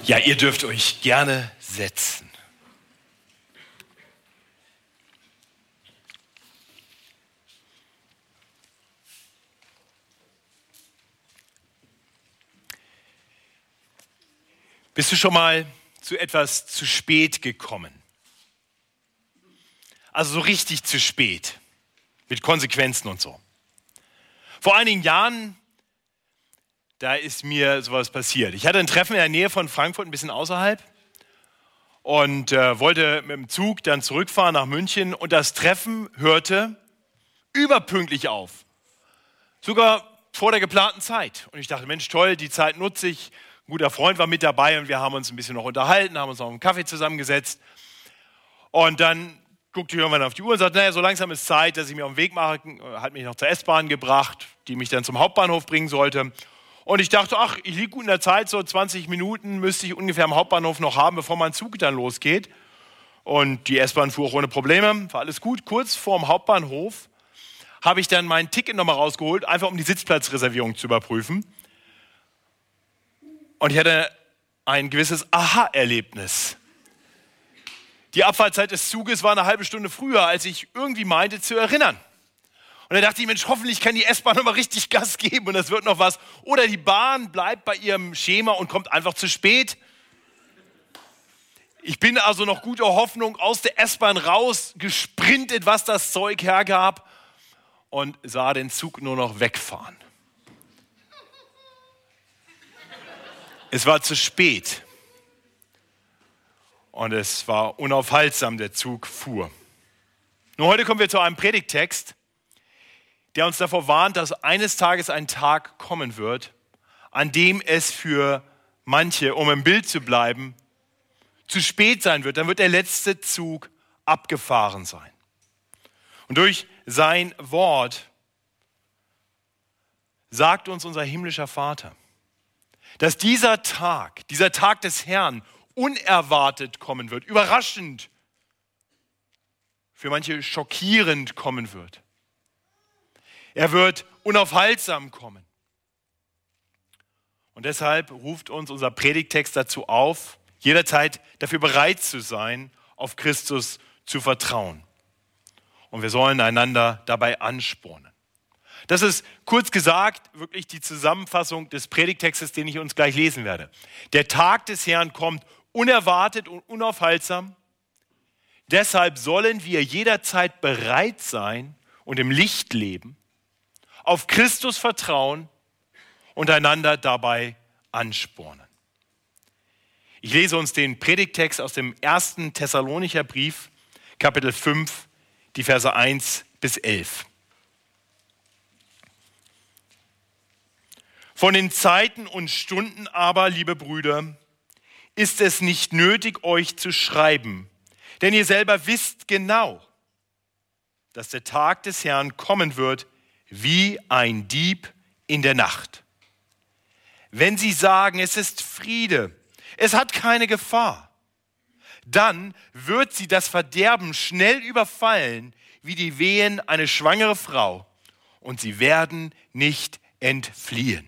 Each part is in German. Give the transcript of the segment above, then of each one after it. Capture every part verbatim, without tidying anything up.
Ja, ihr dürft euch gerne setzen. Bist du schon mal zu etwas zu spät gekommen? Also so richtig zu spät, mit Konsequenzen und so. Vor einigen Jahren, da ist mir sowas passiert. Ich hatte ein Treffen in der Nähe von Frankfurt, ein bisschen außerhalb, und äh, wollte mit dem Zug dann zurückfahren nach München, und das Treffen hörte überpünktlich auf. Sogar vor der geplanten Zeit. Und ich dachte, Mensch, toll, die Zeit nutze ich. Ein guter Freund war mit dabei und wir haben uns ein bisschen noch unterhalten, haben uns noch einen Kaffee zusammengesetzt. Und dann guckte ich irgendwann auf die Uhr und sagte, naja, so langsam ist Zeit, dass ich mir auf den Weg mache. Hat mich noch zur S-Bahn gebracht, die mich dann zum Hauptbahnhof bringen sollte. Und ich dachte, ach, ich liege gut in der Zeit, so zwanzig Minuten müsste ich ungefähr am Hauptbahnhof noch haben, bevor mein Zug dann losgeht. Und die S-Bahn fuhr auch ohne Probleme, war alles gut. Kurz vorm Hauptbahnhof habe ich dann mein Ticket nochmal rausgeholt, einfach um die Sitzplatzreservierung zu überprüfen. Und ich hatte ein gewisses Aha-Erlebnis. Die Abfahrtzeit des Zuges war eine halbe Stunde früher, als ich irgendwie meinte zu erinnern. Und da dachte ich, Mensch, hoffentlich kann die S-Bahn nochmal richtig Gas geben und das wird noch was. Oder die Bahn bleibt bei ihrem Schema und kommt einfach zu spät. Ich bin also noch guter Hoffnung aus der S-Bahn raus, gesprintet, was das Zeug hergab, und sah den Zug nur noch wegfahren. Es war zu spät und es war unaufhaltsam, der Zug fuhr. Nun, heute kommen wir zu einem Predigttext, der uns davor warnt, dass eines Tages ein Tag kommen wird, an dem es für manche, um im Bild zu bleiben, zu spät sein wird. Dann wird der letzte Zug abgefahren sein. Und durch sein Wort sagt uns unser himmlischer Vater, dass dieser Tag, dieser Tag des Herrn unerwartet kommen wird, überraschend, für manche schockierend kommen wird. Er wird unaufhaltsam kommen. Und deshalb ruft uns unser Predigttext dazu auf, jederzeit dafür bereit zu sein, auf Christus zu vertrauen. Und wir sollen einander dabei anspornen. Das ist kurz gesagt wirklich die Zusammenfassung des Predigttextes, den ich uns gleich lesen werde. Der Tag des Herrn kommt unerwartet und unaufhaltsam. Deshalb sollen wir jederzeit bereit sein und im Licht leben, auf Christus vertrauen und einander dabei anspornen. Ich lese uns den Predigttext aus dem ersten Thessalonicher Brief, Kapitel fünf, die Verse eins bis elf. Von den Zeiten und Stunden aber, liebe Brüder, ist es nicht nötig, euch zu schreiben, denn ihr selber wisst genau, dass der Tag des Herrn kommen wird wie ein Dieb in der Nacht. Wenn sie sagen, es ist Friede, es hat keine Gefahr, dann wird sie das Verderben schnell überfallen, wie die Wehen eine schwangere Frau, und sie werden nicht entfliehen.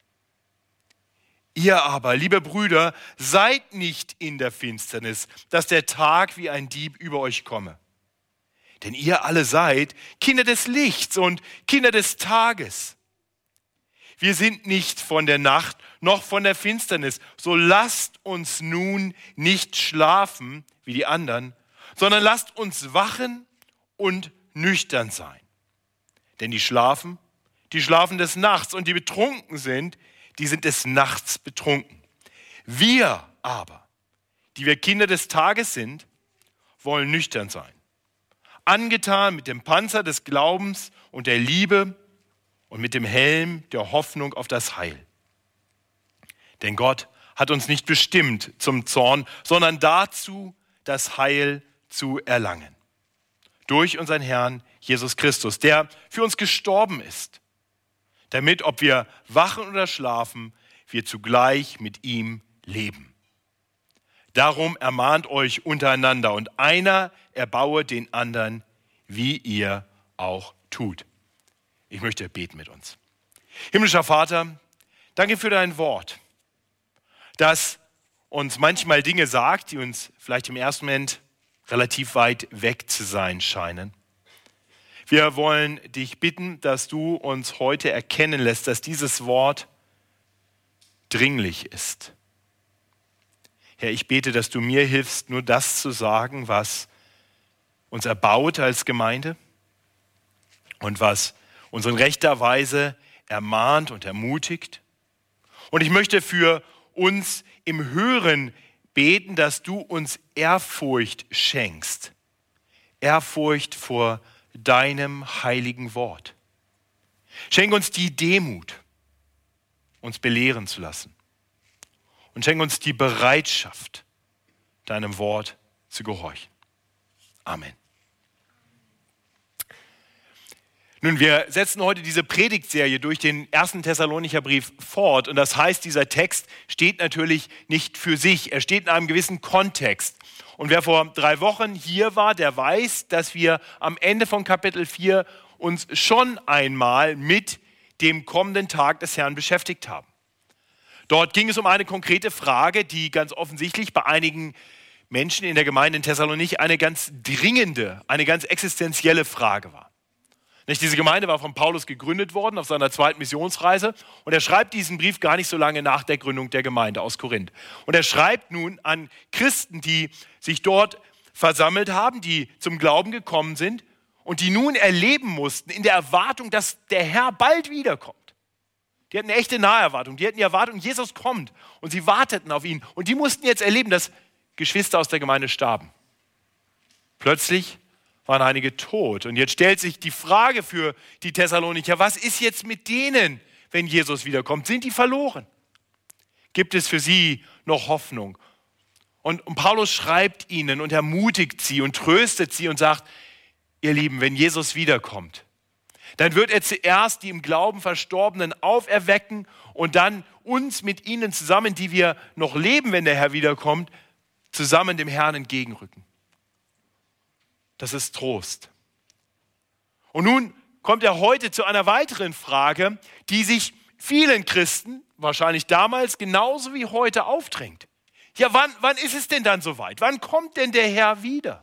Ihr aber, liebe Brüder, seid nicht in der Finsternis, dass der Tag wie ein Dieb über euch komme. Denn ihr alle seid Kinder des Lichts und Kinder des Tages. Wir sind nicht von der Nacht noch von der Finsternis. So lasst uns nun nicht schlafen wie die anderen, sondern lasst uns wachen und nüchtern sein. Denn die schlafen, die schlafen des Nachts, und die betrunken sind, die sind des Nachts betrunken. Wir aber, die wir Kinder des Tages sind, wollen nüchtern sein. Angetan mit dem Panzer des Glaubens und der Liebe und mit dem Helm der Hoffnung auf das Heil. Denn Gott hat uns nicht bestimmt zum Zorn, sondern dazu, das Heil zu erlangen. Durch unseren Herrn Jesus Christus, der für uns gestorben ist, damit, ob wir wachen oder schlafen, wir zugleich mit ihm leben. Darum ermahnt euch untereinander, und einer erbaue den anderen, wie ihr auch tut. Ich möchte beten mit uns. Himmlischer Vater, danke für dein Wort, das uns manchmal Dinge sagt, die uns vielleicht im ersten Moment relativ weit weg zu sein scheinen. Wir wollen dich bitten, dass du uns heute erkennen lässt, dass dieses Wort dringlich ist. Herr, ich bete, dass du mir hilfst, nur das zu sagen, was uns erbaut als Gemeinde und was uns in rechter Weise ermahnt und ermutigt. Und ich möchte für uns im Hören beten, dass du uns Ehrfurcht schenkst. Ehrfurcht vor deinem heiligen Wort. Schenk uns die Demut, uns belehren zu lassen. Und schenk uns die Bereitschaft, deinem Wort zu gehorchen. Amen. Nun, wir setzen heute diese Predigtserie durch den ersten Thessalonicher Brief fort. Und das heißt, dieser Text steht natürlich nicht für sich. Er steht in einem gewissen Kontext. Und wer vor drei Wochen hier war, der weiß, dass wir am Ende von Kapitel vier uns schon einmal mit dem kommenden Tag des Herrn beschäftigt haben. Dort ging es um eine konkrete Frage, die ganz offensichtlich bei einigen Menschen in der Gemeinde in Thessalonich eine ganz dringende, eine ganz existenzielle Frage war. Nicht, diese Gemeinde war von Paulus gegründet worden auf seiner zweiten Missionsreise und er schreibt diesen Brief gar nicht so lange nach der Gründung der Gemeinde aus Korinth. Und er schreibt nun an Christen, die sich dort versammelt haben, die zum Glauben gekommen sind und die nun erleben mussten in der Erwartung, dass der Herr bald wiederkommt. Die hatten eine echte Naherwartung, die hatten die Erwartung, Jesus kommt und sie warteten auf ihn. Und die mussten jetzt erleben, dass Geschwister aus der Gemeinde starben. Plötzlich waren einige tot. Und jetzt stellt sich die Frage für die Thessalonicher, was ist jetzt mit denen, wenn Jesus wiederkommt? Sind die verloren? Gibt es für sie noch Hoffnung? Und, und Paulus schreibt ihnen und ermutigt sie und tröstet sie und sagt, ihr Lieben, wenn Jesus wiederkommt, dann wird er zuerst die im Glauben Verstorbenen auferwecken und dann uns mit ihnen zusammen, die wir noch leben, wenn der Herr wiederkommt, zusammen dem Herrn entgegenrücken. Das ist Trost. Und nun kommt er heute zu einer weiteren Frage, die sich vielen Christen, wahrscheinlich damals genauso wie heute, aufdrängt. Ja, wann, wann ist es denn dann soweit? Wann kommt denn der Herr wieder?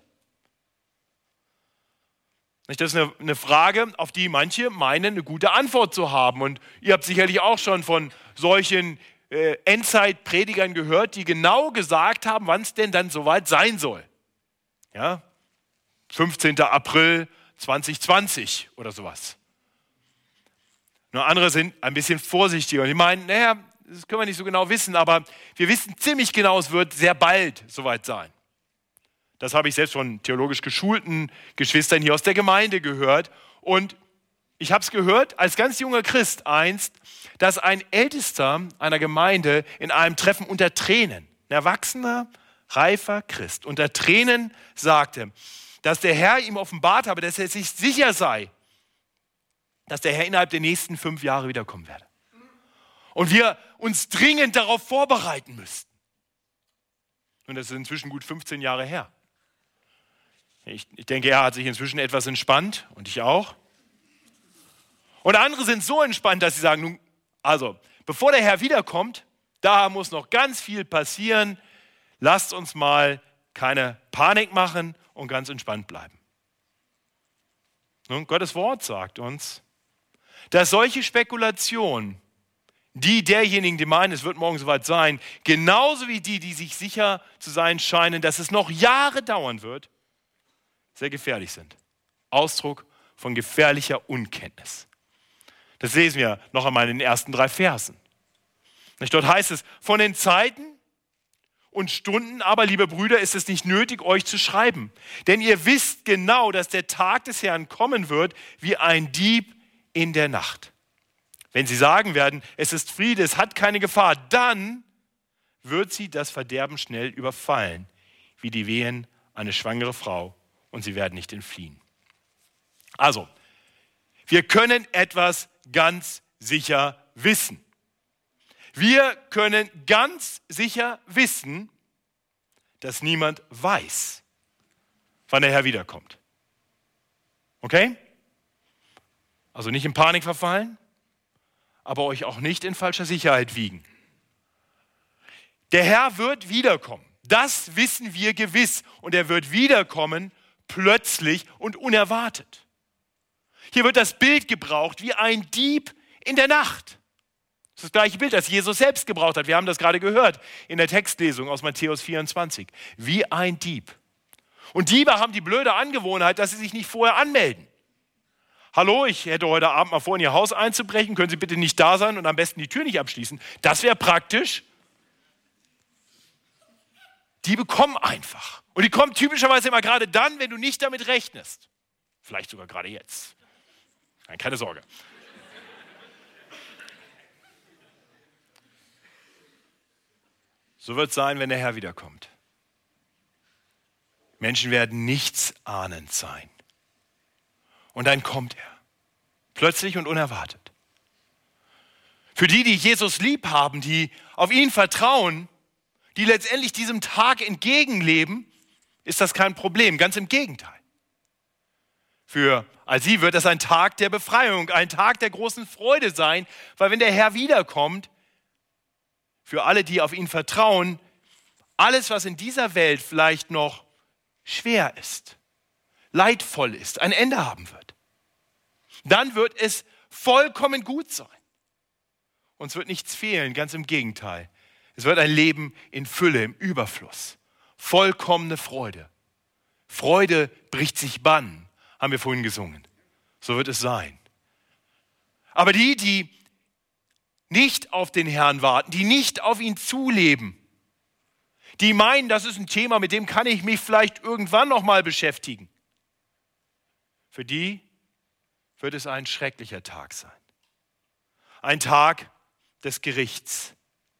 Das ist eine, eine Frage, auf die manche meinen, eine gute Antwort zu haben. Und ihr habt sicherlich auch schon von solchen äh, Endzeitpredigern gehört, die genau gesagt haben, wann es denn dann soweit sein soll. Ja, fünfzehnten April zweitausendzwanzig oder sowas. Nur andere sind ein bisschen vorsichtiger und die meinen, naja, das können wir nicht so genau wissen, aber wir wissen ziemlich genau, es wird sehr bald soweit sein. Das habe ich selbst von theologisch geschulten Geschwistern hier aus der Gemeinde gehört. Und ich habe es gehört als ganz junger Christ einst, dass ein Ältester einer Gemeinde in einem Treffen unter Tränen, ein erwachsener, reifer Christ, unter Tränen sagte, dass der Herr ihm offenbart habe, dass er sich sicher sei, dass der Herr innerhalb der nächsten fünf Jahre wiederkommen werde. Und wir uns dringend darauf vorbereiten müssten. Und das ist inzwischen gut fünfzehn Jahre her. Ich, ich denke, er hat sich inzwischen etwas entspannt und ich auch. Und andere sind so entspannt, dass sie sagen, nun, also, bevor der Herr wiederkommt, da muss noch ganz viel passieren. Lasst uns mal keine Panik machen und ganz entspannt bleiben. Nun, Gottes Wort sagt uns, dass solche Spekulationen, die derjenigen, die meinen, es wird morgen soweit sein, genauso wie die, die sich sicher zu sein scheinen, dass es noch Jahre dauern wird, sehr gefährlich sind. Ausdruck von gefährlicher Unkenntnis. Das lesen wir noch einmal in den ersten drei Versen. Dort heißt es, von den Zeiten und Stunden aber, liebe Brüder, ist es nicht nötig, euch zu schreiben. Denn ihr wisst genau, dass der Tag des Herrn kommen wird, wie ein Dieb in der Nacht. Wenn sie sagen werden, es ist Friede, es hat keine Gefahr, dann wird sie das Verderben schnell überfallen, wie die Wehen eine schwangere Frau. Und sie werden nicht entfliehen. Also, wir können etwas ganz sicher wissen. Wir können ganz sicher wissen, dass niemand weiß, wann der Herr wiederkommt. Okay? Also nicht in Panik verfallen, aber euch auch nicht in falscher Sicherheit wiegen. Der Herr wird wiederkommen. Das wissen wir gewiss. Und er wird wiederkommen, plötzlich und unerwartet. Hier wird das Bild gebraucht wie ein Dieb in der Nacht. Das ist das gleiche Bild, das Jesus selbst gebraucht hat. Wir haben das gerade gehört in der Textlesung aus Matthäus vierundzwanzig. Wie ein Dieb. Und Diebe haben die blöde Angewohnheit, dass sie sich nicht vorher anmelden. Hallo, ich hätte heute Abend mal vor, in Ihr Haus einzubrechen. Können Sie bitte nicht da sein und am besten die Tür nicht abschließen? Das wäre praktisch. Diebe kommen einfach. Und die kommen typischerweise immer gerade dann, wenn du nicht damit rechnest. Vielleicht sogar gerade jetzt. Nein, keine Sorge. So wird es sein, wenn der Herr wiederkommt. Menschen werden nichts ahnend sein. Und dann kommt er. Plötzlich und unerwartet. Für die, die Jesus lieb haben, die auf ihn vertrauen, die letztendlich diesem Tag entgegenleben, ist das kein Problem. Ganz im Gegenteil. Für all sie wird das ein Tag der Befreiung, ein Tag der großen Freude sein, weil wenn der Herr wiederkommt, für alle, die auf ihn vertrauen, alles, was in dieser Welt vielleicht noch schwer ist, leidvoll ist, ein Ende haben wird. Dann wird es vollkommen gut sein. Uns wird nichts fehlen, ganz im Gegenteil. Es wird ein Leben in Fülle, im Überfluss. Vollkommene Freude. Freude bricht sich Bann, haben wir vorhin gesungen. So wird es sein. Aber die, die nicht auf den Herrn warten, die nicht auf ihn zuleben, die meinen, das ist ein Thema, mit dem kann ich mich vielleicht irgendwann noch mal beschäftigen. Für die wird es ein schrecklicher Tag sein. Ein Tag des Gerichts.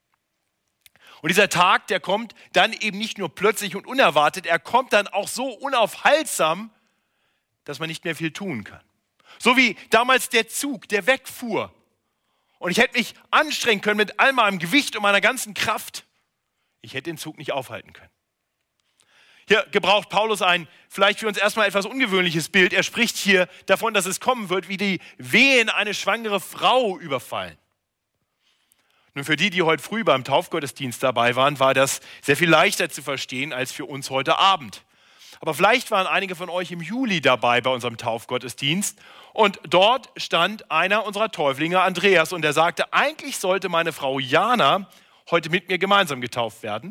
Und dieser Tag, der kommt dann eben nicht nur plötzlich und unerwartet, er kommt dann auch so unaufhaltsam, dass man nicht mehr viel tun kann. So wie damals der Zug, der wegfuhr. Und ich hätte mich anstrengen können mit all meinem Gewicht und meiner ganzen Kraft. Ich hätte den Zug nicht aufhalten können. Hier gebraucht Paulus ein vielleicht für uns erstmal etwas ungewöhnliches Bild. Er spricht hier davon, dass es kommen wird, wie die Wehen eine schwangere Frau überfallen. Nun, für die, die heute früh beim Taufgottesdienst dabei waren, war das sehr viel leichter zu verstehen als für uns heute Abend. Aber vielleicht waren einige von euch im Juli dabei bei unserem Taufgottesdienst und dort stand einer unserer Täuflinge, Andreas, und er sagte, eigentlich sollte meine Frau Jana heute mit mir gemeinsam getauft werden.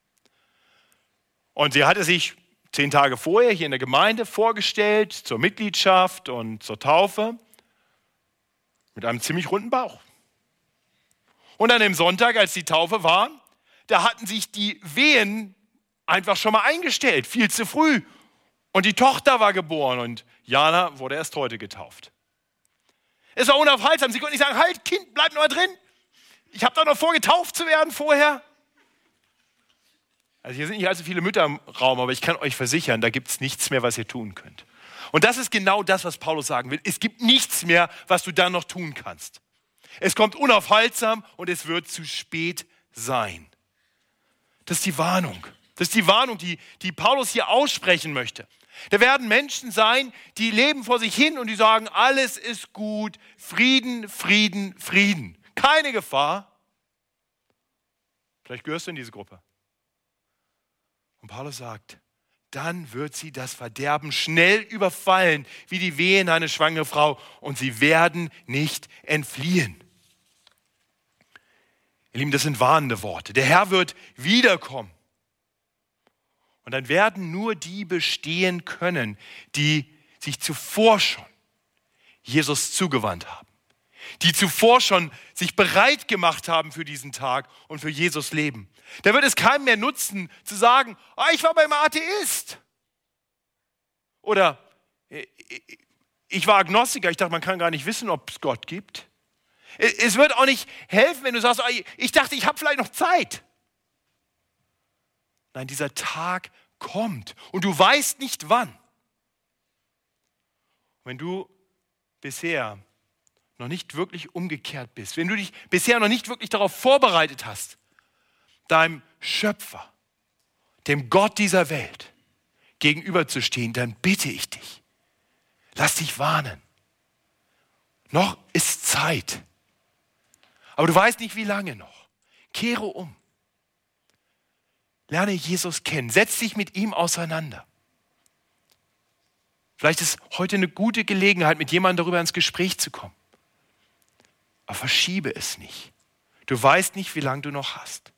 Und sie hatte sich zehn Tage vorher hier in der Gemeinde vorgestellt zur Mitgliedschaft und zur Taufe mit einem ziemlich runden Bauch. Und an dem Sonntag, als die Taufe war, da hatten sich die Wehen einfach schon mal eingestellt, viel zu früh. Und die Tochter war geboren und Jana wurde erst heute getauft. Es war unaufhaltsam. Sie konnten nicht sagen, halt Kind, bleib noch mal drin. Ich habe doch noch vor, getauft zu werden vorher. Also hier sind nicht allzu viele Mütter im Raum, aber ich kann euch versichern, da gibt es nichts mehr, was ihr tun könnt. Und das ist genau das, was Paulus sagen will. Es gibt nichts mehr, was du dann noch tun kannst. Es kommt unaufhaltsam und es wird zu spät sein. Das ist die Warnung. Das ist die Warnung, die, die Paulus hier aussprechen möchte. Da werden Menschen sein, die leben vor sich hin und die sagen, alles ist gut, Frieden, Frieden, Frieden. Keine Gefahr. Vielleicht gehörst du in diese Gruppe. Und Paulus sagt, dann wird sie das Verderben schnell überfallen, wie die Wehen eine schwangere Frau, und sie werden nicht entfliehen. Ihr Lieben, das sind warnende Worte. Der Herr wird wiederkommen. Und dann werden nur die bestehen können, die sich zuvor schon Jesus zugewandt haben. Die zuvor schon sich bereit gemacht haben für diesen Tag und für Jesus leben. Da wird es keinem mehr nutzen, zu sagen, oh, ich war beim Atheist. Oder ich war Agnostiker, ich dachte, man kann gar nicht wissen, ob es Gott gibt. Es wird auch nicht helfen, wenn du sagst, oh, ich dachte, ich habe vielleicht noch Zeit. Nein, dieser Tag kommt und du weißt nicht wann. Wenn du bisher noch nicht wirklich umgekehrt bist, wenn du dich bisher noch nicht wirklich darauf vorbereitet hast, deinem Schöpfer, dem Gott dieser Welt gegenüberzustehen, dann bitte ich dich, lass dich warnen. Noch ist Zeit. Aber du weißt nicht, wie lange noch. Kehre um. Lerne Jesus kennen. Setz dich mit ihm auseinander. Vielleicht ist heute eine gute Gelegenheit, mit jemandem darüber ins Gespräch zu kommen. Aber verschiebe es nicht. Du weißt nicht, wie lange du noch hast.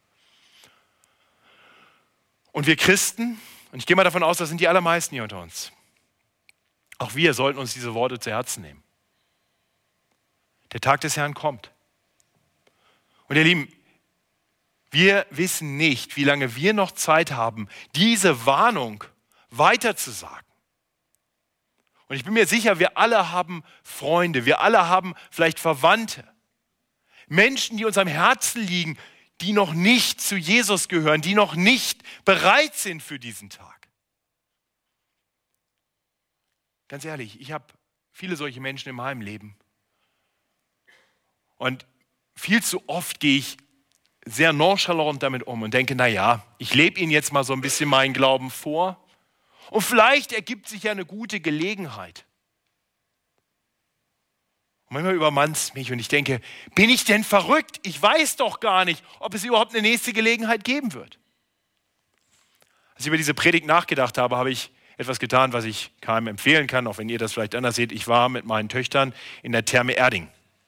Und wir Christen, und ich gehe mal davon aus, das sind die allermeisten hier unter uns, auch wir sollten uns diese Worte zu Herzen nehmen. Der Tag des Herrn kommt. Und ihr Lieben, wir wissen nicht, wie lange wir noch Zeit haben, diese Warnung weiterzusagen. Und ich bin mir sicher, wir alle haben Freunde, wir alle haben vielleicht Verwandte, Menschen, die uns am Herzen liegen, die noch nicht zu Jesus gehören, die noch nicht bereit sind für diesen Tag. Ganz ehrlich, ich habe viele solche Menschen in meinem Leben. Und viel zu oft gehe ich sehr nonchalant damit um und denke, naja, ich lebe ihnen jetzt mal so ein bisschen meinen Glauben vor und vielleicht ergibt sich ja eine gute Gelegenheit. Und manchmal übermannt es mich und ich denke, bin ich denn verrückt? Ich weiß doch gar nicht, ob es überhaupt eine nächste Gelegenheit geben wird. Als ich über diese Predigt nachgedacht habe, habe ich etwas getan, was ich keinem empfehlen kann, auch wenn ihr das vielleicht anders seht. Ich war mit meinen Töchtern in der Therme Erding.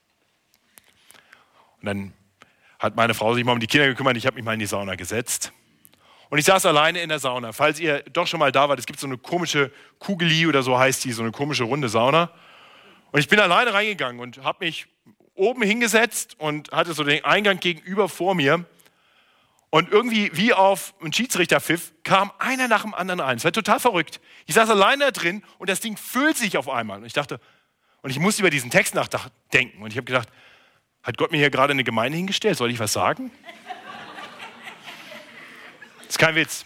Und dann hat meine Frau sich mal um die Kinder gekümmert, ich habe mich mal in die Sauna gesetzt. Und ich saß alleine in der Sauna. Falls ihr doch schon mal da wart, es gibt so eine komische Kugeli oder so heißt die, so eine komische runde Sauna. Und ich bin alleine reingegangen und habe mich oben hingesetzt und hatte so den Eingang gegenüber vor mir. Und irgendwie wie auf einen Schiedsrichterpfiff kam einer nach dem anderen ein. Es war total verrückt. Ich saß alleine da drin und das Ding füllt sich auf einmal. Und ich dachte, und ich musste über diesen Text nachdenken. Und ich habe gedacht, hat Gott mir hier gerade eine Gemeinde hingestellt? Soll ich was sagen? Das ist kein Witz.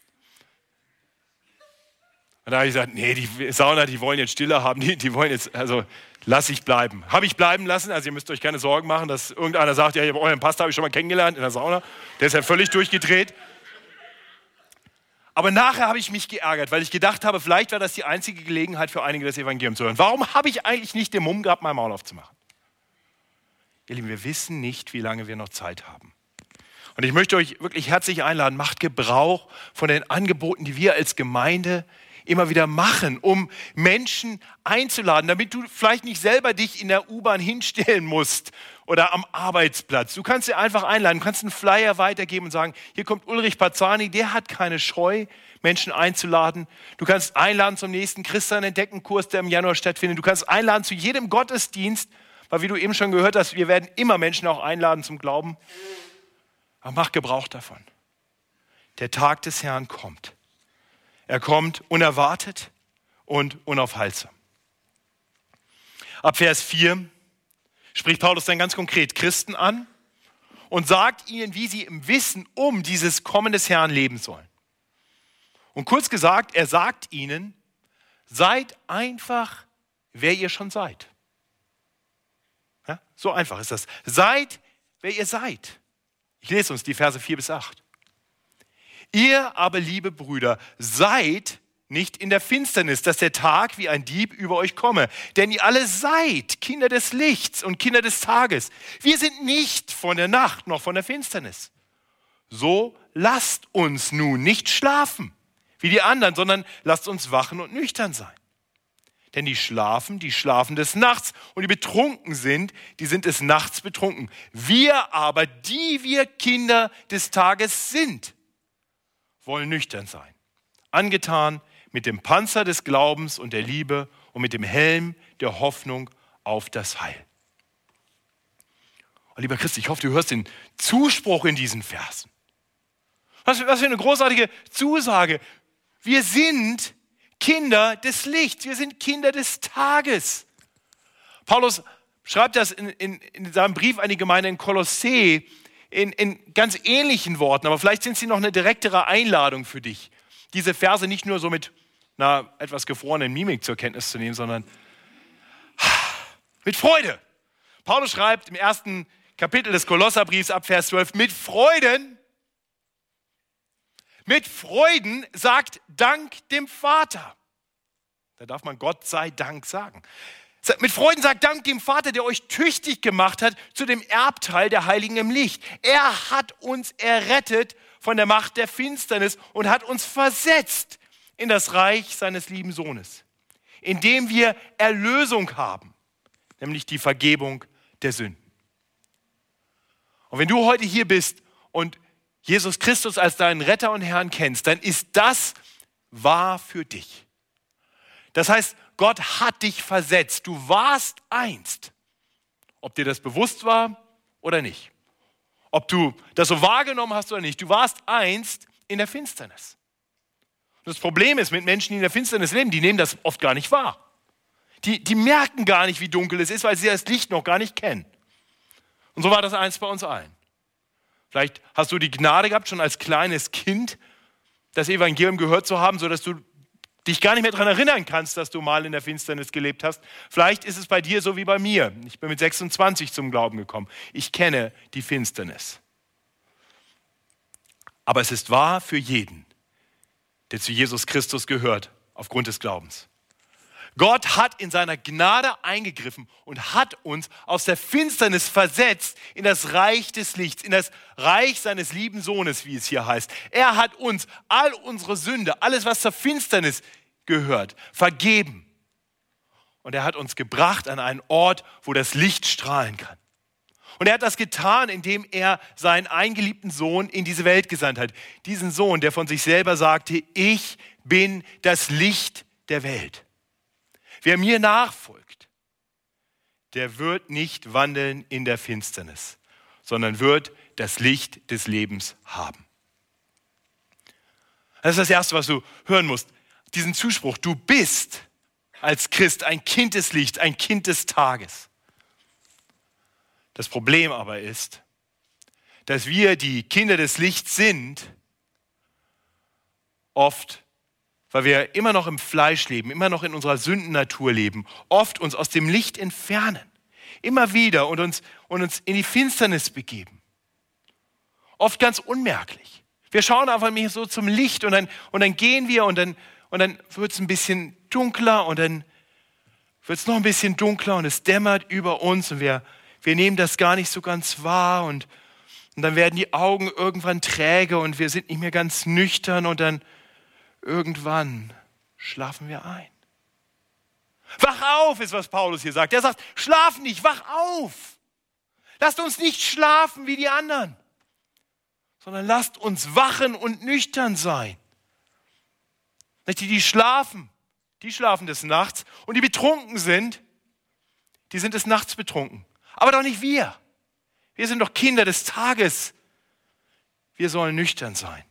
Und da habe ich gesagt, nee, die Sauna, die wollen jetzt Stille haben, die, die wollen jetzt, also lass ich bleiben. Habe ich bleiben lassen, also ihr müsst euch keine Sorgen machen, dass irgendeiner sagt, ja, euren Pastor habe ich schon mal kennengelernt in der Sauna. Der ist ja völlig durchgedreht. Aber nachher habe ich mich geärgert, weil ich gedacht habe, vielleicht war das die einzige Gelegenheit für einige, das Evangelium zu hören. Warum habe ich eigentlich nicht den Mumm gehabt, mein Maul aufzumachen? Ihr Lieben, wir wissen nicht, wie lange wir noch Zeit haben. Und ich möchte euch wirklich herzlich einladen, macht Gebrauch von den Angeboten, die wir als Gemeinde immer wieder machen, um Menschen einzuladen, damit du vielleicht nicht selber dich in der U-Bahn hinstellen musst oder am Arbeitsplatz. Du kannst sie einfach einladen, du kannst einen Flyer weitergeben und sagen, hier kommt Ulrich Pazzani, der hat keine Scheu, Menschen einzuladen. Du kannst einladen zum nächsten Christian-Entdecken-Kurs, der im Januar stattfindet. Du kannst einladen zu jedem Gottesdienst, weil wie du eben schon gehört hast, wir werden immer Menschen auch einladen zum Glauben. Aber mach Gebrauch davon. Der Tag des Herrn kommt. Er kommt unerwartet und unaufhaltsam. Ab Vers vier spricht Paulus dann ganz konkret Christen an und sagt ihnen, wie sie im Wissen um dieses Kommen des Herrn leben sollen. Und kurz gesagt, er sagt ihnen, seid einfach, wer ihr schon seid. Ja, so einfach ist das. Seid, wer ihr seid. Ich lese uns die Verse vier bis acht. Ihr aber, liebe Brüder, seid nicht in der Finsternis, dass der Tag wie ein Dieb über euch komme. Denn ihr alle seid Kinder des Lichts und Kinder des Tages. Wir sind nicht von der Nacht noch von der Finsternis. So lasst uns nun nicht schlafen wie die anderen, sondern lasst uns wachen und nüchtern sein. Denn die schlafen, die schlafen des Nachts und die betrunken sind, die sind des Nachts betrunken. Wir aber, die wir Kinder des Tages sind, wollen nüchtern sein, angetan mit dem Panzer des Glaubens und der Liebe und mit dem Helm der Hoffnung auf das Heil. Und lieber Christ, ich hoffe, du hörst den Zuspruch in diesen Versen. Was, was für eine großartige Zusage. Wir sind Kinder des Lichts, wir sind Kinder des Tages. Paulus schreibt das in, in, in seinem Brief an die Gemeinde in Kolossee in, in ganz ähnlichen Worten, aber vielleicht sind sie noch eine direktere Einladung für dich, diese Verse nicht nur so mit einer etwas gefrorenen Mimik zur Kenntnis zu nehmen, sondern mit Freude. Paulus schreibt im ersten Kapitel des Kolosserbriefs ab Vers zwölf, mit Freuden, mit Freuden sagt Dank dem Vater. Da darf man Gott sei Dank sagen. Mit Freuden sagt Dank dem Vater, der euch tüchtig gemacht hat zu dem Erbteil der Heiligen im Licht. Er hat uns errettet von der Macht der Finsternis und hat uns versetzt in das Reich seines lieben Sohnes, indem wir Erlösung haben, nämlich die Vergebung der Sünden. Und wenn du heute hier bist und Jesus Christus als deinen Retter und Herrn kennst, dann ist das wahr für dich. Das heißt, Gott hat dich versetzt. Du warst einst, ob dir das bewusst war oder nicht. Ob du das so wahrgenommen hast oder nicht. Du warst einst in der Finsternis. Und das Problem ist mit Menschen, die in der Finsternis leben, die nehmen das oft gar nicht wahr. Die, die merken gar nicht, wie dunkel es ist, weil sie das Licht noch gar nicht kennen. Und so war das einst bei uns allen. Vielleicht hast du die Gnade gehabt, schon als kleines Kind das Evangelium gehört zu haben, sodass du dich gar nicht mehr daran erinnern kannst, dass du mal in der Finsternis gelebt hast. Vielleicht ist es bei dir so wie bei mir. Ich bin mit sechsundzwanzig zum Glauben gekommen. Ich kenne die Finsternis. Aber es ist wahr für jeden, der zu Jesus Christus gehört, aufgrund des Glaubens. Gott hat in seiner Gnade eingegriffen und hat uns aus der Finsternis versetzt in das Reich des Lichts, in das Reich seines lieben Sohnes, wie es hier heißt. Er hat uns all unsere Sünde, alles, was zur Finsternis gehört, vergeben. Und er hat uns gebracht an einen Ort, wo das Licht strahlen kann. Und er hat das getan, indem er seinen eingeliebten Sohn in diese Welt gesandt hat. Diesen Sohn, der von sich selber sagte, ich bin das Licht der Welt. Wer mir nachfolgt, der wird nicht wandeln in der Finsternis, sondern wird das Licht des Lebens haben. Das ist das Erste, was du hören musst. Diesen Zuspruch, du bist als Christ ein Kind des Lichts, ein Kind des Tages. Das Problem aber ist, dass wir, die Kinder des Lichts sind, oft, weil wir immer noch im Fleisch leben, immer noch in unserer Sündennatur leben, oft uns aus dem Licht entfernen, immer wieder und uns, und uns in die Finsternis begeben. Oft ganz unmerklich. Wir schauen einfach mehr so zum Licht und dann, und dann gehen wir und dann, und dann wird es ein bisschen dunkler und dann wird es noch ein bisschen dunkler und es dämmert über uns und wir, wir nehmen das gar nicht so ganz wahr und, und dann werden die Augen irgendwann träge und wir sind nicht mehr ganz nüchtern und dann irgendwann schlafen wir ein. Wach auf, ist was Paulus hier sagt. Er sagt, schlaf nicht, wach auf. Lasst uns nicht schlafen wie die anderen, sondern lasst uns wachen und nüchtern sein. Die, die schlafen, die schlafen des Nachts und die betrunken sind, die sind des Nachts betrunken. Aber doch nicht wir. Wir sind doch Kinder des Tages. Wir sollen nüchtern sein.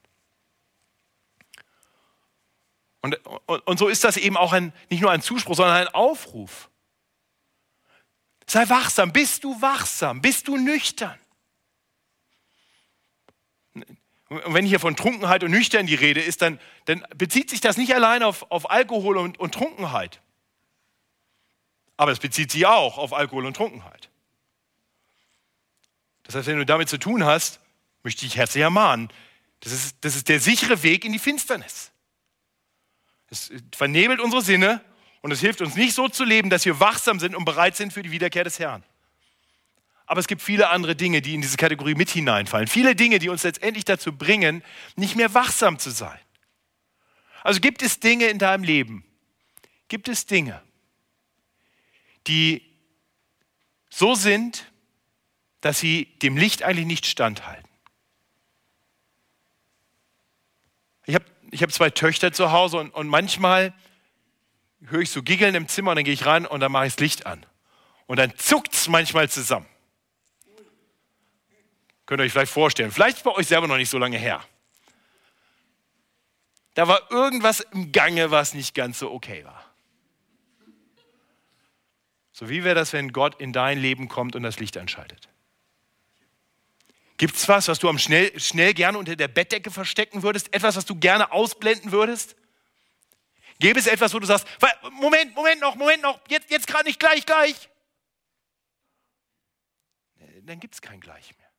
Und, und, und so ist das eben auch ein, nicht nur ein Zuspruch, sondern ein Aufruf. Sei wachsam, bist du wachsam, bist du nüchtern? Und wenn hier von Trunkenheit und Nüchtern die Rede ist, dann, dann bezieht sich das nicht allein auf, auf Alkohol und, und Trunkenheit. Aber es bezieht sich auch auf Alkohol und Trunkenheit. Das heißt, wenn du damit zu tun hast, möchte ich herzlich ermahnen, das ist, das ist der sichere Weg in die Finsternis. Es vernebelt unsere Sinne und es hilft uns nicht so zu leben, dass wir wachsam sind und bereit sind für die Wiederkehr des Herrn. Aber es gibt viele andere Dinge, die in diese Kategorie mit hineinfallen. Viele Dinge, die uns letztendlich dazu bringen, nicht mehr wachsam zu sein. Also gibt es Dinge in deinem Leben, gibt es Dinge, die so sind, dass sie dem Licht eigentlich nicht standhalten. Ich habe ich hab zwei Töchter zu Hause und, und manchmal höre ich so Giggeln im Zimmer und dann gehe ich rein und dann mache ich das Licht an. Und dann zuckt es manchmal zusammen. Könnt ihr euch vielleicht vorstellen. Vielleicht ist bei euch selber noch nicht so lange her. Da war irgendwas im Gange, was nicht ganz so okay war. So wie wäre das, wenn Gott in dein Leben kommt und das Licht anschaltet? Gibt es was, was du am schnell, schnell gerne unter der Bettdecke verstecken würdest? Etwas, was du gerne ausblenden würdest? Gäbe es etwas, wo du sagst, Moment, Moment noch, Moment noch, jetzt, jetzt gerade nicht, gleich, gleich. Dann gibt es kein Gleich mehr.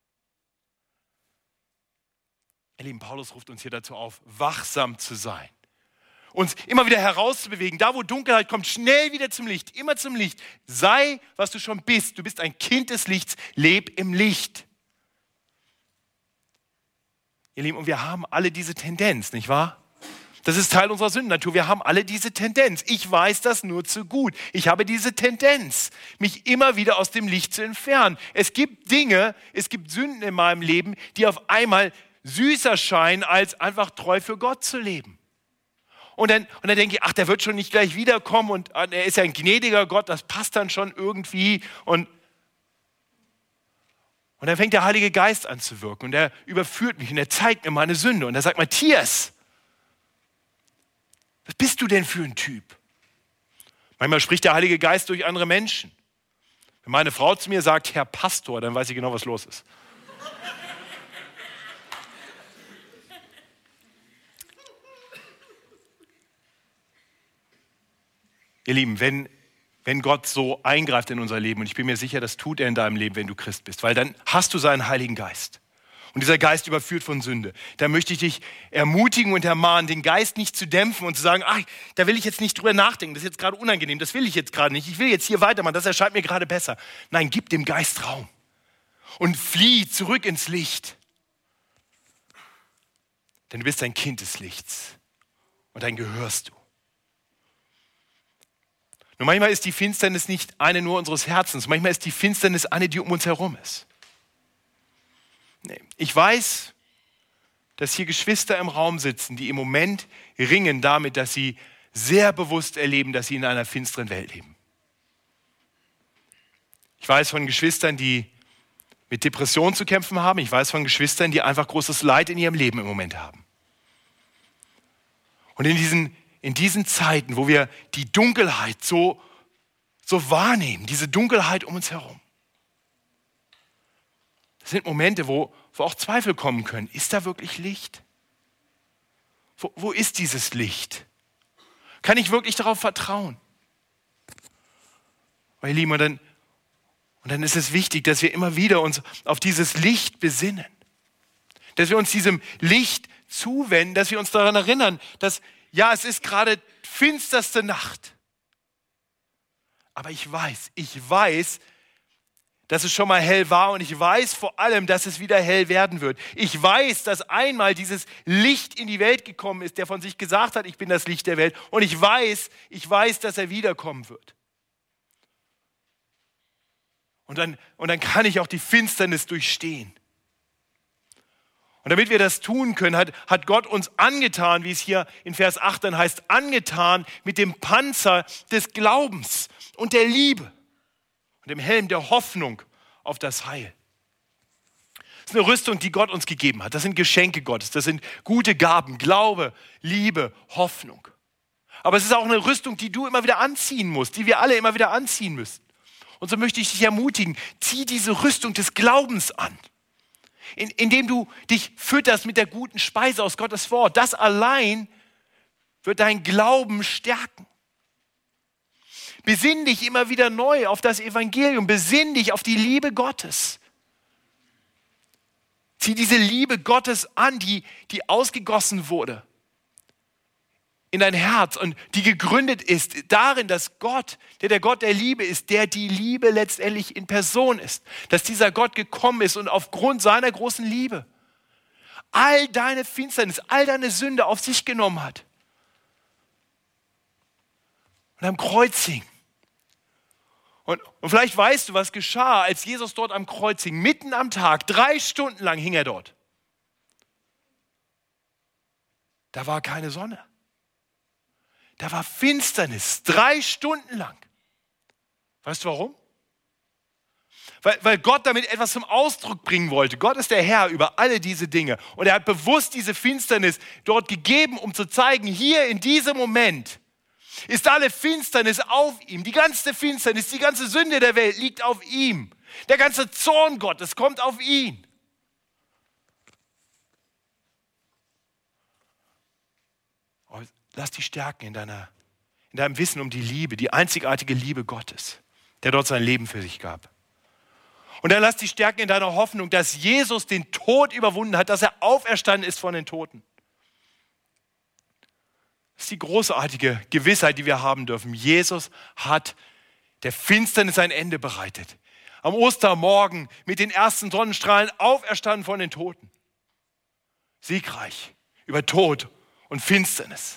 Ihr Lieben, Paulus ruft uns hier dazu auf, wachsam zu sein. Uns immer wieder herauszubewegen. Da, wo Dunkelheit kommt, schnell wieder zum Licht, immer zum Licht. Sei, was du schon bist. Du bist ein Kind des Lichts, leb im Licht. Ihr Lieben, und wir haben alle diese Tendenz, nicht wahr? Das ist Teil unserer Sündennatur. Wir haben alle diese Tendenz. Ich weiß das nur zu gut. Ich habe diese Tendenz, mich immer wieder aus dem Licht zu entfernen. Es gibt Dinge, es gibt Sünden in meinem Leben, die auf einmal süßer scheinen, als einfach treu für Gott zu leben. Und dann, und dann denke ich, ach, der wird schon nicht gleich wiederkommen und er ist ja ein gnädiger Gott, das passt dann schon irgendwie. Und, und dann fängt der Heilige Geist an zu wirken und er überführt mich und er zeigt mir meine Sünde. Und er sagt, Matthias, was bist du denn für ein Typ? Manchmal spricht der Heilige Geist durch andere Menschen. Wenn meine Frau zu mir sagt, Herr Pastor, dann weiß ich genau, was los ist. Ihr Lieben, wenn, wenn Gott so eingreift in unser Leben, und ich bin mir sicher, das tut er in deinem Leben, wenn du Christ bist, weil dann hast du seinen Heiligen Geist. Und dieser Geist überführt von Sünde. Da möchte ich dich ermutigen und ermahnen, den Geist nicht zu dämpfen und zu sagen, ach, da will ich jetzt nicht drüber nachdenken, das ist jetzt gerade unangenehm, das will ich jetzt gerade nicht, ich will jetzt hier weitermachen, das erscheint mir gerade besser. Nein, gib dem Geist Raum und flieh zurück ins Licht. Denn du bist ein Kind des Lichts und dann gehörst du. Nur manchmal ist die Finsternis nicht eine nur unseres Herzens, manchmal ist die Finsternis eine, die um uns herum ist. Ich weiß, dass hier Geschwister im Raum sitzen, die im Moment ringen damit, dass sie sehr bewusst erleben, dass sie in einer finsteren Welt leben. Ich weiß von Geschwistern, die mit Depressionen zu kämpfen haben. Ich weiß von Geschwistern, die einfach großes Leid in ihrem Leben im Moment haben. Und in diesen, in diesen Zeiten, wo wir die Dunkelheit so, so wahrnehmen, diese Dunkelheit um uns herum, das sind Momente, wo, wo auch Zweifel kommen können. Ist da wirklich Licht? Wo, wo ist dieses Licht? Kann ich wirklich darauf vertrauen? Meine Lieben, und dann, und dann ist es wichtig, dass wir immer wieder uns auf dieses Licht besinnen. Dass wir uns diesem Licht zuwenden, dass wir uns daran erinnern, dass, ja, es ist gerade finsterste Nacht. Aber ich weiß, ich weiß, dass es schon mal hell war und ich weiß vor allem, dass es wieder hell werden wird. Ich weiß, dass einmal dieses Licht in die Welt gekommen ist, der von sich gesagt hat, ich bin das Licht der Welt. Und ich weiß, ich weiß, dass er wiederkommen wird. Und dann, und dann kann ich auch die Finsternis durchstehen. Und damit wir das tun können, hat, hat Gott uns angetan, wie es hier in Vers acht dann heißt, angetan mit dem Panzer des Glaubens und der Liebe. Und dem Helm der Hoffnung auf das Heil. Das ist eine Rüstung, die Gott uns gegeben hat. Das sind Geschenke Gottes. Das sind gute Gaben. Glaube, Liebe, Hoffnung. Aber es ist auch eine Rüstung, die du immer wieder anziehen musst, die wir alle immer wieder anziehen müssen. Und so möchte ich dich ermutigen, zieh diese Rüstung des Glaubens an. In, indem du dich fütterst mit der guten Speise aus Gottes Wort. Das allein wird dein Glauben stärken. Besinn dich immer wieder neu auf das Evangelium. Besinn dich auf die Liebe Gottes. Zieh diese Liebe Gottes an, die, die ausgegossen wurde in dein Herz und die gegründet ist darin, dass Gott, der der Gott der Liebe ist, der die Liebe letztendlich in Person ist. Dass dieser Gott gekommen ist und aufgrund seiner großen Liebe all deine Finsternis, all deine Sünde auf sich genommen hat. Und am Kreuz hing. Und, und vielleicht weißt du, was geschah, als Jesus dort am Kreuz hing. Mitten am Tag, drei Stunden lang hing er dort. Da war keine Sonne. Da war Finsternis, drei Stunden lang. Weißt du warum? Weil, weil Gott damit etwas zum Ausdruck bringen wollte. Gott ist der Herr über alle diese Dinge. Und er hat bewusst diese Finsternis dort gegeben, um zu zeigen, hier in diesem Moment ist alle Finsternis auf ihm. Die ganze Finsternis, die ganze Sünde der Welt liegt auf ihm. Der ganze Zorn Gottes kommt auf ihn. Oh, lass dich stärken in, deiner, in deinem Wissen um die Liebe, die einzigartige Liebe Gottes, der dort sein Leben für sich gab. Und dann lass dich stärken in deiner Hoffnung, dass Jesus den Tod überwunden hat, dass er auferstanden ist von den Toten. Das ist die großartige Gewissheit, die wir haben dürfen. Jesus hat der Finsternis ein Ende bereitet. Am Ostermorgen mit den ersten Sonnenstrahlen auferstanden von den Toten. siegreich über Tod und Finsternis.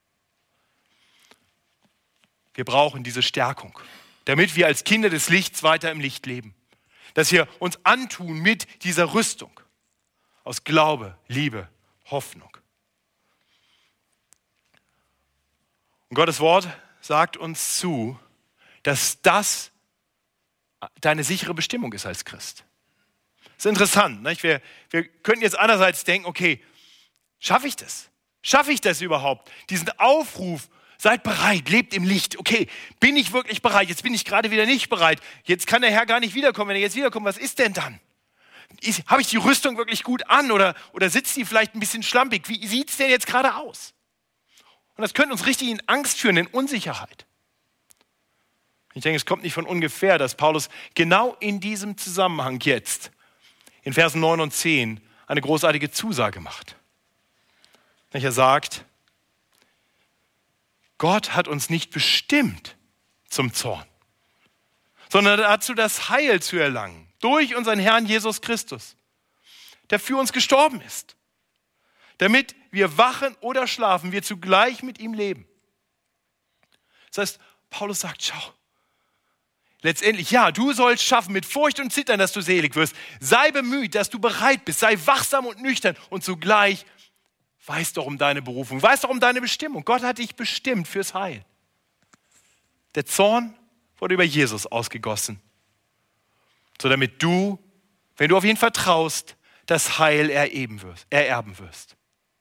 Wir brauchen diese Stärkung, damit wir als Kinder des Lichts weiter im Licht leben. Dass wir uns antun mit dieser Rüstung aus Glaube, Liebe, Hoffnung. Und Gottes Wort sagt uns zu, dass das deine sichere Bestimmung ist als Christ. Das ist interessant. Nicht? Wir, wir könnten jetzt einerseits denken, okay, schaffe ich das? Schaffe ich das überhaupt? Diesen Aufruf, seid bereit, lebt im Licht. Okay, bin ich wirklich bereit? Jetzt bin ich gerade wieder nicht bereit. Jetzt kann der Herr gar nicht wiederkommen. Wenn er jetzt wiederkommt, was ist denn dann? Habe ich die Rüstung wirklich gut an oder, oder sitzt die vielleicht ein bisschen schlampig? Wie sieht es denn jetzt gerade aus? Und das könnte uns richtig in Angst führen, in Unsicherheit. Ich denke, es kommt nicht von ungefähr, dass Paulus genau in diesem Zusammenhang jetzt in Versen neun und zehn eine großartige Zusage macht. Er sagt, Gott hat uns nicht bestimmt zum Zorn, sondern dazu, das Heil zu erlangen durch unseren Herrn Jesus Christus, der für uns gestorben ist, damit wir wachen oder schlafen, wir zugleich mit ihm leben. Das heißt, Paulus sagt, schau, letztendlich, ja, du sollst schaffen mit Furcht und Zittern, dass du selig wirst. Sei bemüht, dass du bereit bist, sei wachsam und nüchtern und zugleich weiß doch um deine Berufung, weiß doch um deine Bestimmung. Gott hat dich bestimmt fürs Heil. Der Zorn wurde über Jesus ausgegossen, so damit du, wenn du auf ihn vertraust, das Heil ereben wirst, ererben wirst.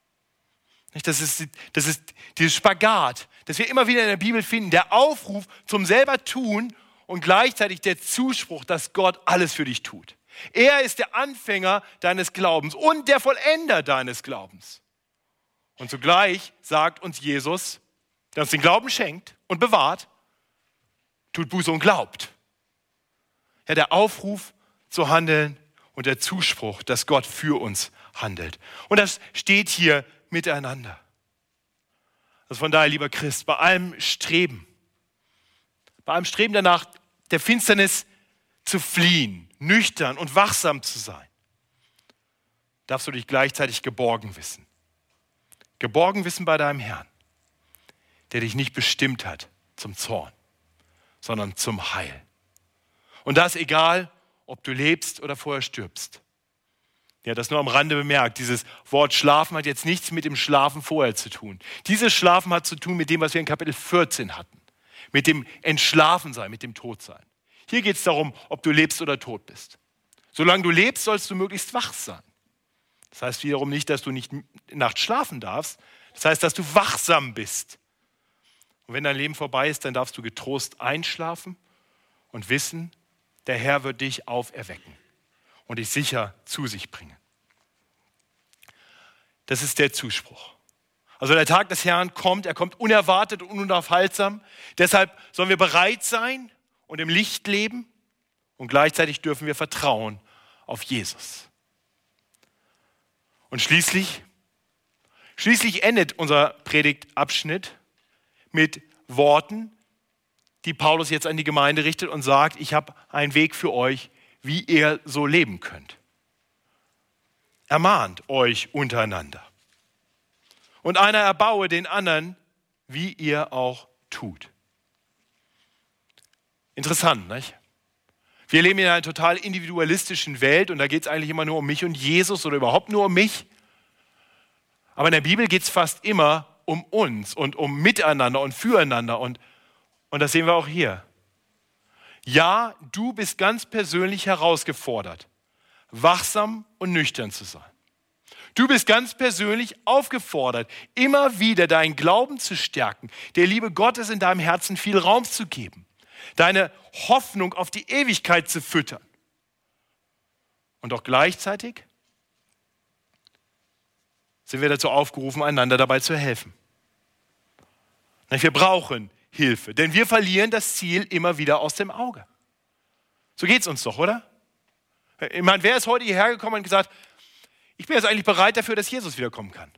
Das ist, das ist dieses Spagat, das wir immer wieder in der Bibel finden, der Aufruf zum selber tun und gleichzeitig der Zuspruch, dass Gott alles für dich tut. Er ist der Anfänger deines Glaubens und der Vollender deines Glaubens. Und zugleich sagt uns Jesus, der uns den Glauben schenkt und bewahrt, tut Buße und glaubt. Ja, der Aufruf zu handeln und der Zuspruch, dass Gott für uns handelt. Und das steht hier miteinander. Also von daher, lieber Christ, bei allem Streben, bei allem Streben danach, der Finsternis zu fliehen, nüchtern und wachsam zu sein, darfst du dich gleichzeitig geborgen wissen. Geborgen wissen bei deinem Herrn, der dich nicht bestimmt hat zum Zorn, sondern zum Heil. Und das egal, ob du lebst oder vorher stirbst. Ja, das nur am Rande bemerkt. Dieses Wort Schlafen hat jetzt nichts mit dem Schlafen vorher zu tun. Dieses Schlafen hat zu tun mit dem, was wir in Kapitel vierzehn hatten. Mit dem Entschlafensein, mit dem Todsein. Hier geht es darum, ob du lebst oder tot bist. Solange du lebst, sollst du möglichst wach sein. Das heißt wiederum nicht, dass du nicht nachts schlafen darfst. Das heißt, dass du wachsam bist. Und wenn dein Leben vorbei ist, dann darfst du getrost einschlafen und wissen, der Herr wird dich auferwecken und dich sicher zu sich bringen. Das ist der Zuspruch. Also der Tag des Herrn kommt, er kommt unerwartet und unaufhaltsam. Deshalb sollen wir bereit sein und im Licht leben und gleichzeitig dürfen wir vertrauen auf Jesus. Und schließlich, schließlich endet unser Predigtabschnitt mit Worten, die Paulus jetzt an die Gemeinde richtet und sagt, ich habe einen Weg für euch, wie ihr so leben könnt. Ermahnt euch untereinander. Und einer erbaue den anderen, wie ihr auch tut. Interessant, nicht? Wir leben in einer total individualistischen Welt und da geht es eigentlich immer nur um mich und Jesus oder überhaupt nur um mich. Aber in der Bibel geht es fast immer um uns und um Miteinander und Füreinander und, und das sehen wir auch hier. Ja, du bist ganz persönlich herausgefordert, wachsam und nüchtern zu sein. Du bist ganz persönlich aufgefordert, immer wieder deinen Glauben zu stärken, der Liebe Gottes in deinem Herzen viel Raum zu geben, deine Hoffnung auf die Ewigkeit zu füttern. Und auch gleichzeitig sind wir dazu aufgerufen, einander dabei zu helfen. Wir brauchen Hilfe, denn wir verlieren das Ziel immer wieder aus dem Auge. So geht es uns doch, oder? Ich meine, wer ist heute hierher gekommen und gesagt, ich bin jetzt eigentlich bereit dafür, dass Jesus wiederkommen kann?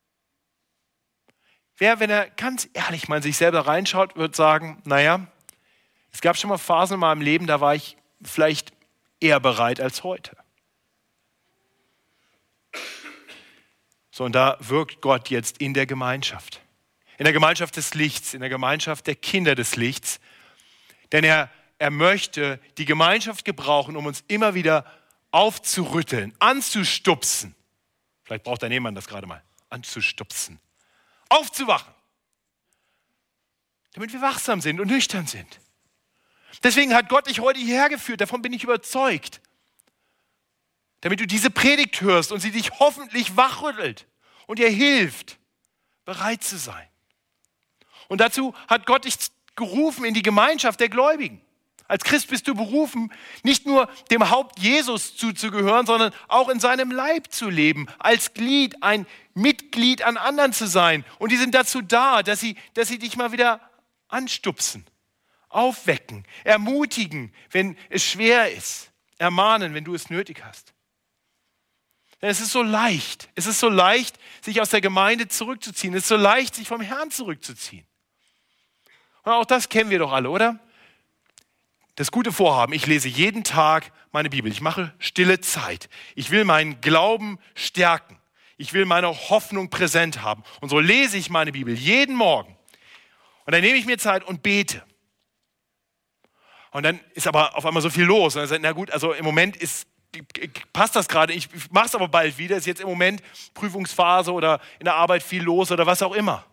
Wer, wenn er ganz ehrlich mal in sich selber reinschaut, wird sagen, naja, es gab schon mal Phasen in meinem Leben, da war ich vielleicht eher bereit als heute. So, und da wirkt Gott jetzt in der Gemeinschaft. In der Gemeinschaft des Lichts, in der Gemeinschaft der Kinder des Lichts. Denn er, er möchte die Gemeinschaft gebrauchen, um uns immer wieder aufzurütteln, anzustupsen. Vielleicht braucht dein Ehemann das gerade mal. Anzustupsen. Aufzuwachen. Damit wir wachsam sind und nüchtern sind. Deswegen hat Gott dich heute hierher geführt, davon bin ich überzeugt. Damit du diese Predigt hörst und sie dich hoffentlich wachrüttelt und dir hilft, bereit zu sein. Und dazu hat Gott dich gerufen in die Gemeinschaft der Gläubigen. Als Christ bist du berufen, nicht nur dem Haupt Jesus zuzugehören, sondern auch in seinem Leib zu leben, als Glied, ein Mitglied an anderen zu sein. Und die sind dazu da, dass sie, dass sie dich mal wieder anstupsen, aufwecken, ermutigen, wenn es schwer ist, ermahnen, wenn du es nötig hast. Denn es ist so leicht, es ist so leicht, sich aus der Gemeinde zurückzuziehen. Es ist so leicht, sich vom Herrn zurückzuziehen. Und auch das kennen wir doch alle, oder? Das gute Vorhaben, ich lese jeden Tag meine Bibel. Ich mache stille Zeit. Ich will meinen Glauben stärken. Ich will meine Hoffnung präsent haben. Und so lese ich meine Bibel jeden Morgen. Und dann nehme ich mir Zeit und bete. Und dann ist aber auf einmal so viel los. Und dann sagt, na gut, also im Moment ist, passt das gerade. Ich mache es aber bald wieder. Ist jetzt im Moment Prüfungsphase oder in der Arbeit viel los oder was auch immer.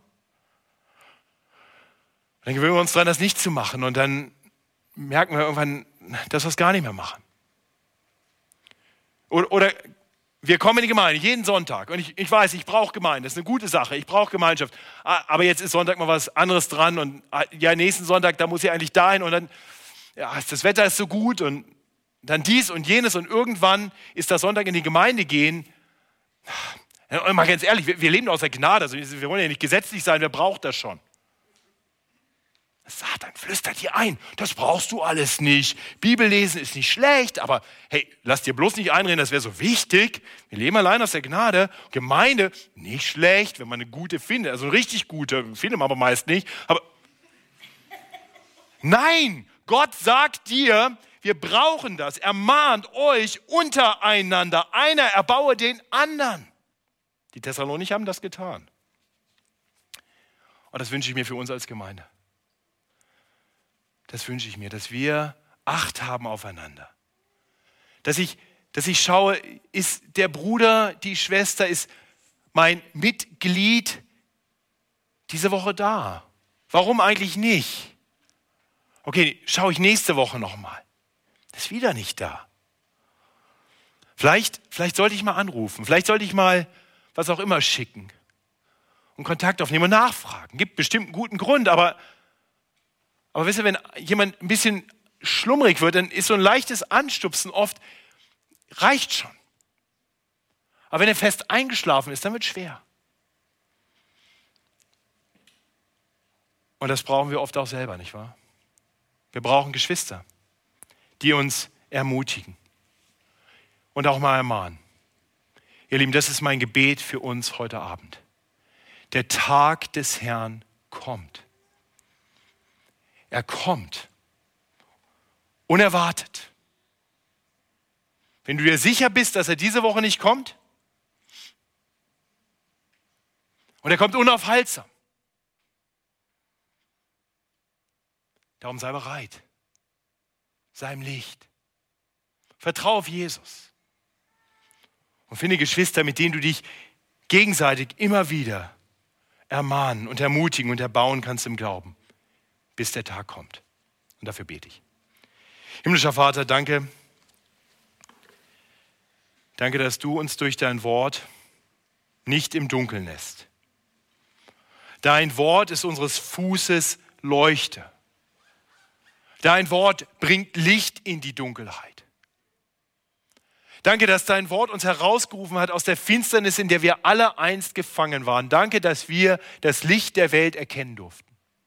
Dann gewöhnen wir uns daran, das nicht zu machen. Und dann merken wir irgendwann, dass wir es gar nicht mehr machen. Oder, oder wir kommen in die Gemeinde jeden Sonntag. Und ich, ich weiß, ich brauche Gemeinde. Das ist eine gute Sache. Ich brauche Gemeinschaft. Aber jetzt ist Sonntag mal was anderes dran. Und ja, nächsten Sonntag, da muss ich eigentlich dahin. Und dann, ja, das Wetter ist so gut. Und dann dies und jenes. Und irgendwann ist das Sonntag in die Gemeinde gehen. Und mal ganz ehrlich, wir, wir leben aus der Gnade. Also wir wollen ja nicht gesetzlich sein. Wer braucht das schon? Satan flüstert hier ein, das brauchst du alles nicht. Bibellesen ist nicht schlecht, aber hey, lass dir bloß nicht einreden, das wäre so wichtig. Wir leben allein aus der Gnade. Gemeinde, nicht schlecht, wenn man eine gute findet. Also eine richtig gute, findet man aber meist nicht. Aber nein, Gott sagt dir, wir brauchen das. Er mahnt euch untereinander. Einer erbaue den anderen. Die Thessalonicher haben das getan. Und das wünsche ich mir für uns als Gemeinde. Das wünsche ich mir, dass wir Acht haben aufeinander. Dass ich, dass ich schaue, ist der Bruder, die Schwester, ist mein Mitglied diese Woche da? Warum eigentlich nicht? Okay, schaue ich nächste Woche nochmal. Das ist wieder nicht da. Vielleicht, vielleicht sollte ich mal anrufen, vielleicht sollte ich mal was auch immer schicken und Kontakt aufnehmen und nachfragen. Gibt bestimmt einen guten Grund, aber Aber wisst ihr, wenn jemand ein bisschen schlummrig wird, dann ist so ein leichtes Anstupsen oft, reicht schon. Aber wenn er fest eingeschlafen ist, dann wird es schwer. Und das brauchen wir oft auch selber, nicht wahr? Wir brauchen Geschwister, die uns ermutigen und auch mal ermahnen. Ihr Lieben, das ist mein Gebet für uns heute Abend. Der Tag des Herrn kommt. Er kommt. Unerwartet. Wenn du dir sicher bist, dass er diese Woche nicht kommt, und er kommt unaufhaltsam, darum sei bereit. Sei im Licht. Vertrau auf Jesus. Und finde Geschwister, mit denen du dich gegenseitig immer wieder ermahnen und ermutigen und erbauen kannst im Glauben, bis der Tag kommt. Und dafür bete ich. Himmlischer Vater, danke. Danke, dass du uns durch dein Wort nicht im Dunkeln lässt. Dein Wort ist unseres Fußes Leuchte. Dein Wort bringt Licht in die Dunkelheit. Danke, dass dein Wort uns herausgerufen hat aus der Finsternis, in der wir alle einst gefangen waren. Danke, dass wir das Licht der Welt erkennen durften.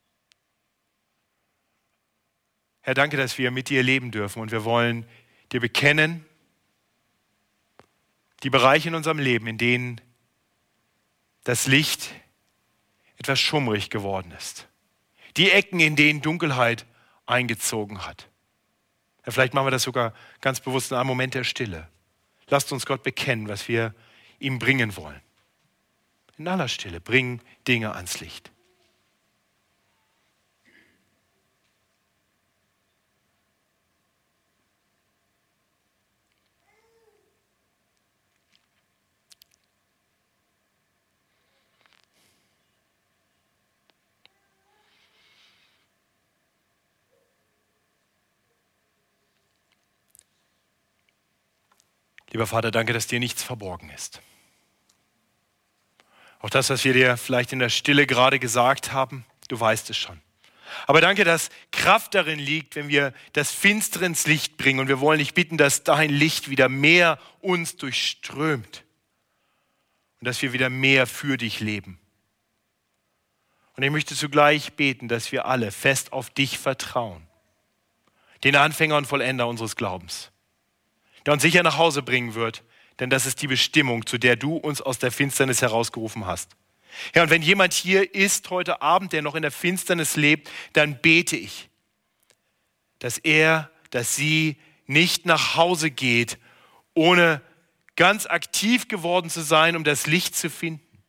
Herr, danke, dass wir mit dir leben dürfen und wir wollen dir bekennen, die Bereiche in unserem Leben, in denen das Licht etwas schummrig geworden ist. Die Ecken, in denen Dunkelheit eingezogen hat. Ja, vielleicht machen wir das sogar ganz bewusst in einem Moment der Stille. Lasst uns Gott bekennen, was wir ihm bringen wollen. in aller Stille, bring Dinge ans Licht. Lieber Vater, danke, dass dir nichts verborgen ist. Auch das, was wir dir vielleicht in der Stille gerade gesagt haben, du weißt es schon. Aber danke, dass Kraft darin liegt, wenn wir das Finstere ins Licht bringen. Und wir wollen dich bitten, dass dein Licht wieder mehr uns durchströmt. Und dass wir wieder mehr für dich leben. Und ich möchte zugleich beten, dass wir alle fest auf dich vertrauen. Den Anfänger und Vollender unseres Glaubens. Der uns sicher nach Hause bringen wird, denn das ist die Bestimmung, zu der du uns aus der Finsternis herausgerufen hast. Ja, und wenn jemand hier ist heute Abend, der noch in der Finsternis lebt, dann bete ich, dass er, dass sie nicht nach Hause geht, ohne ganz aktiv geworden zu sein, um das Licht zu finden.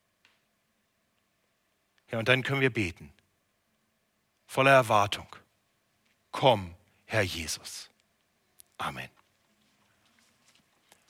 Ja, und dann können wir beten, voller Erwartung. Komm, Herr Jesus. Amen.